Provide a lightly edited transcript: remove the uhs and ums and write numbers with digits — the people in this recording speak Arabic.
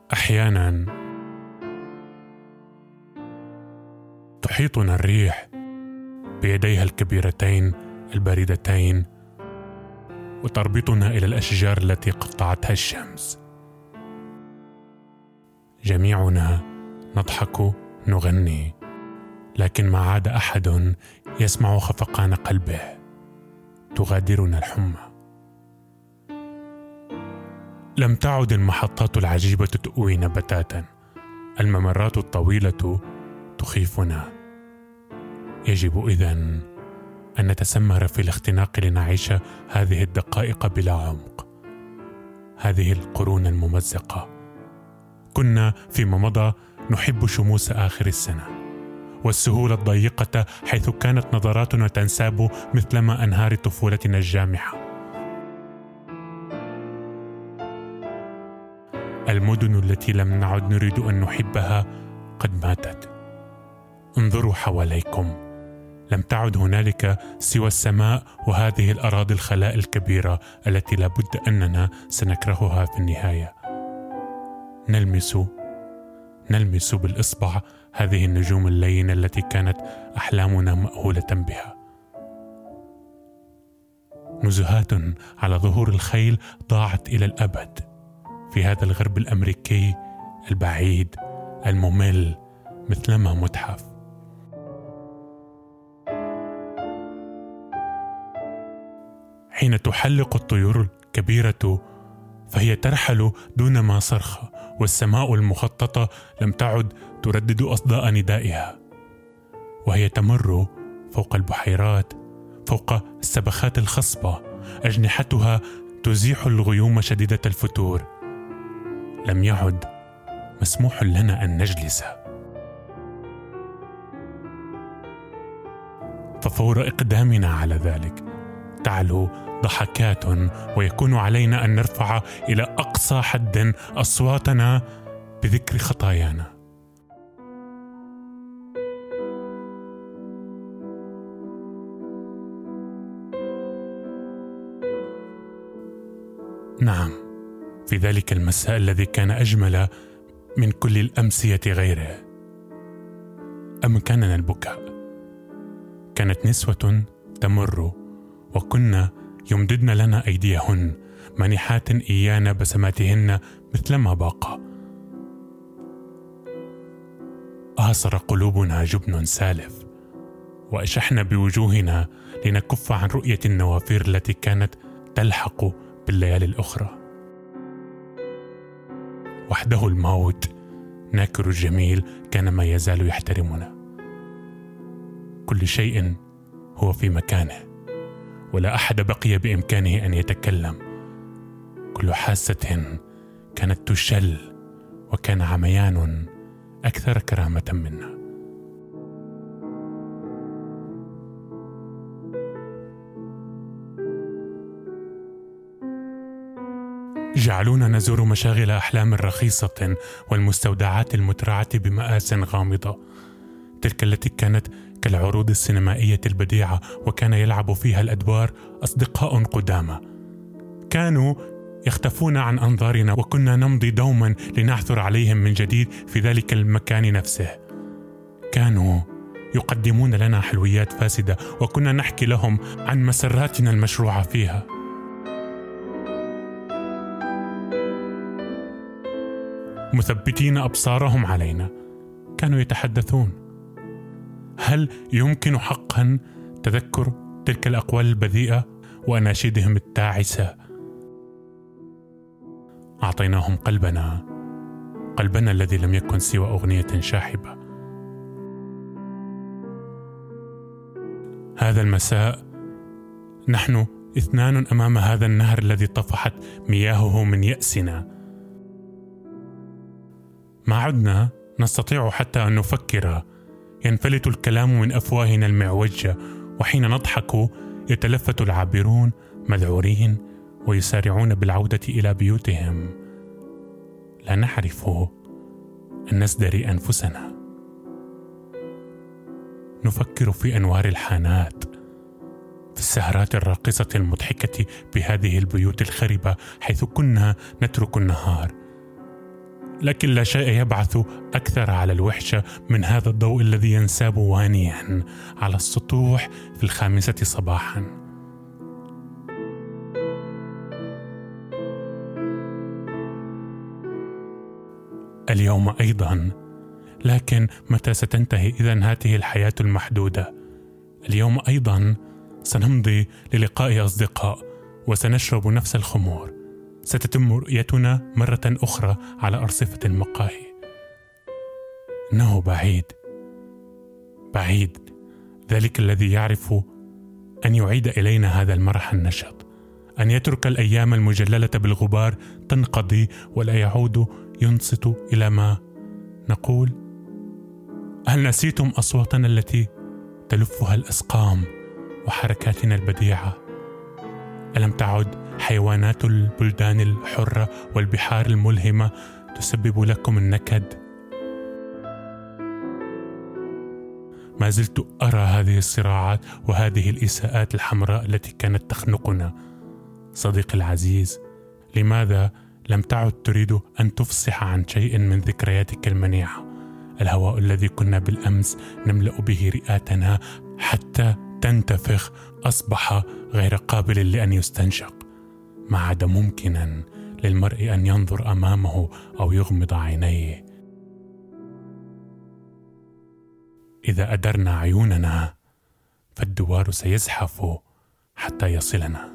أحيانا تحيطنا الريح بيديها الكبيرتين الباردتين وتربطنا إلى الأشجار التي قطعتها الشمس. جميعنا نضحك نغني، لكن ما عاد أحد يسمع خفقان قلبه. تغادرنا الحمى. لم تعد المحطات العجيبة تؤوينا بتاتا. الممرات الطويلة تخيفنا. يجب إذن أن نتسمر في الاختناق لنعيش هذه الدقائق بلا عمق، هذه القرون الممزقة. كنا فيما مضى نحب شموس آخر السنة والسهولة الضيقة، حيث كانت نظراتنا تنساب مثلما أنهار طفولتنا الجامحة. المدن التي لم نعد نريد أن نحبها قد ماتت. انظروا حواليكم، لم تعد هنالك سوى السماء وهذه الأراضي الخلاء الكبيرة التي لابد أننا سنكرهها في النهاية. نلمس بالإصبع هذه النجوم اللينة التي كانت أحلامنا مأهولة بها. نزهات على ظهور الخيل ضاعت إلى الأبد في هذا الغرب الأمريكي البعيد الممل، مثلما متحف. حين تحلق الطيور الكبيرة فهي ترحل دون ما صرخ، والسماء المخططة لم تعد تردد أصداء ندائها، وهي تمر فوق البحيرات، فوق السبخات الخصبة، أجنحتها تزيح الغيوم شديدة الفتور. لم يعد مسموح لنا أن نجلس، ففور إقدامنا على ذلك تعلو ضحكات، ويكون علينا أن نرفع إلى أقصى حد أصواتنا بذكر خطايانا. نعم، في ذلك المساء الذي كان أجمل من كل الأمسية غيره أمكننا البكاء. كانت نسوة تمر وكنا يمددن لنا أيديهن، مانحات إيانا بسماتهن مثلما باقى. أعصر قلوبنا جبن سالف، وأشحنا بوجوهنا لنكف عن رؤية النوافير التي كانت تلحق بالليالي الأخرى. وحده الموت ناكر الجميل كان ما يزال يحترمنا. كل شيء هو في مكانه، ولا أحد بقي بإمكانه أن يتكلم. كل حاسة كانت تشل، وكان عميان أكثر كرامة منا. جعلونا نزور مشاغل أحلام رخيصة والمستودعات المترعة بمآس غامضة، تلك التي كانت كالعروض السينمائية البديعة، وكان يلعب فيها الأدوار أصدقاء قدامى كانوا يختفون عن أنظارنا، وكنا نمضي دوما لنعثر عليهم من جديد في ذلك المكان نفسه. كانوا يقدمون لنا حلويات فاسدة، وكنا نحكي لهم عن مسراتنا المشروعة فيها. مثبتين أبصارهم علينا كانوا يتحدثون. هل يمكن حقا تذكر تلك الأقوال البذيئة وأناشيدهم التاعسة؟ أعطيناهم قلبنا الذي لم يكن سوى أغنية شاحبة. هذا المساء نحن اثنان أمام هذا النهر الذي طفحت مياهه من يأسنا. ما عدنا نستطيع حتى أن نفكر، ينفلت الكلام من أفواهنا المعوجة، وحين نضحك يتلفت العابرون مذعورين ويسارعون بالعودة إلى بيوتهم. لا نعرف أن نزدري أنفسنا. نفكر في أنوار الحانات، في السهرات الراقصة المضحكة بهذه البيوت الخربة، حيث كنا نترك النهار لكن لا شيء يبعث أكثر على الوحشة من هذا الضوء الذي ينساب وانيا على السطوح في 5 صباحا. اليوم أيضا، لكن متى ستنتهي إذن هذه الحياة المحدودة؟ اليوم أيضا سنمضي للقاء أصدقاء وسنشرب نفس الخمور. ستتم رؤيتنا مرة أخرى على أرصفة المقاهي. إنه بعيد بعيد ذلك الذي يعرف أن يعيد إلينا هذا المرح النشط، أن يترك الأيام المجللة بالغبار تنقضي ولا يعود ينصت إلى ما نقول. هل نسيتم أصواتنا التي تلفها الأسقام وحركاتنا البديعة؟ ألم تعد حيوانات البلدان الحرة والبحار الملهمة تسبب لكم النكد؟ ما زلت أرى هذه الصراعات وهذه الإساءات الحمراء التي كانت تخنقنا. صديقي العزيز، لماذا لم تعد تريد أن تفصح عن شيء من ذكرياتك المنيعة؟ الهواء الذي كنا بالأمس نملأ به رئاتنا حتى تنتفخ أصبح غير قابل لأن يستنشق. ما عاد ممكنا للمرء أن ينظر أمامه أو يغمض عينيه. إذا أدرنا عيوننا فالدوار سيزحف حتى يصلنا.